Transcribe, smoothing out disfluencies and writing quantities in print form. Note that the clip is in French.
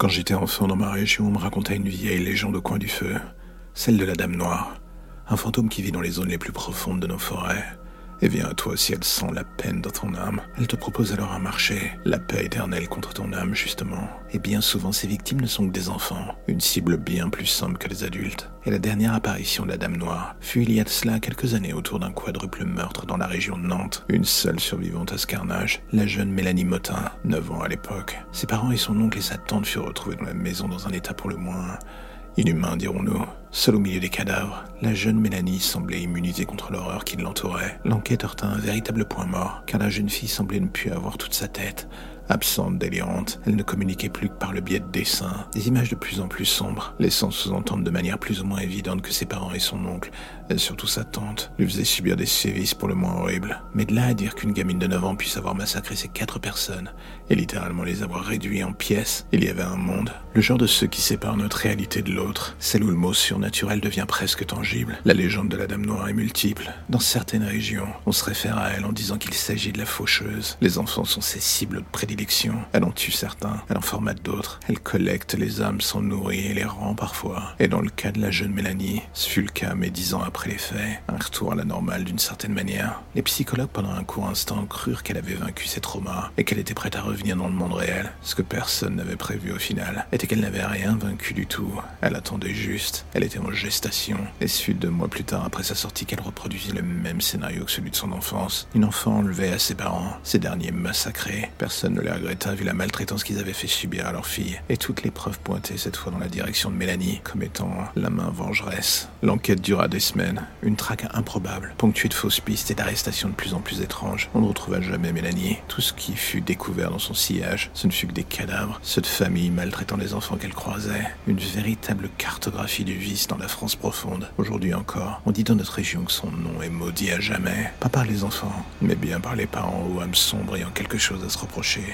Quand j'étais enfant dans ma région, on me racontait une vieille légende au coin du feu, celle de la Dame Noire, un fantôme qui vit dans les zones les plus profondes de nos forêts. Et vient à toi si elle sent la peine dans ton âme. Elle te propose alors un marché, la paix éternelle contre ton âme justement. Et bien souvent ses victimes ne sont que des enfants, une cible bien plus simple que les adultes. Et la dernière apparition de la Dame Noire fut il y a de cela quelques années autour d'un quadruple meurtre dans la région de Nantes. Une seule survivante à ce carnage, la jeune Mélanie Motin, 9 ans à l'époque. Ses parents et son oncle et sa tante furent retrouvés dans la maison dans un état pour le moins inhumain, dirons-nous. Seule au milieu des cadavres, la jeune Mélanie semblait immunisée contre l'horreur qui l'entourait. L'enquête heurta un véritable point mort, car la jeune fille semblait ne plus avoir toute sa tête. Absente, délirante, elle ne communiquait plus que par le biais de dessins, des images de plus en plus sombres, laissant sous-entendre de manière plus ou moins évidente que ses parents et son oncle, et surtout sa tante, lui faisaient subir des sévices pour le moins horribles. Mais de là à dire qu'une gamine de 9 ans puisse avoir massacré ces 4 personnes, et littéralement les avoir réduits en pièces, il y avait un monde, le genre de ceux qui séparent notre réalité de l'autre, celle où le mot surnaturel devient presque tangible. La légende de la Dame Noire est multiple. Dans certaines régions, on se réfère à elle en disant qu'il s'agit de la faucheuse. Les enfants sont ses cibles de prédilection. Elle en tue certains, elle en formate d'autres. Elle collecte les âmes, s'en nourrit et les rend parfois. Et dans le cas de la jeune Mélanie, ce fut le cas mais 10 ans après les faits. Un retour à la normale d'une certaine manière. Les psychologues pendant un court instant crurent qu'elle avait vaincu ses traumas et qu'elle était prête à revenir dans le monde réel. Ce que personne n'avait prévu au final était qu'elle n'avait rien vaincu du tout. Elle attendait juste. Elle était en gestation. Et ce fut 2 mois plus tard après sa sortie qu'elle reproduisit le même scénario que celui de son enfance. Une enfant enlevée à ses parents, ces derniers massacrés. Personne ne les regretta vu la maltraitance qu'ils avaient fait subir à leur fille. Et toutes les preuves pointaient cette fois dans la direction de Mélanie, comme étant la main vengeresse. L'enquête dura des semaines. Une traque improbable, ponctuée de fausses pistes et d'arrestations de plus en plus étranges. On ne retrouva jamais Mélanie. Tout ce qui fut découvert dans son sillage, ce ne fut que des cadavres, ceux de familles maltraitant les enfants qu'elle croisait. Une véritable cartographie du vice dans la France profonde. Aujourd'hui encore, on dit dans notre région que son nom est maudit à jamais. Pas par les enfants, mais bien par les parents aux âmes sombres ayant quelque chose à se reprocher.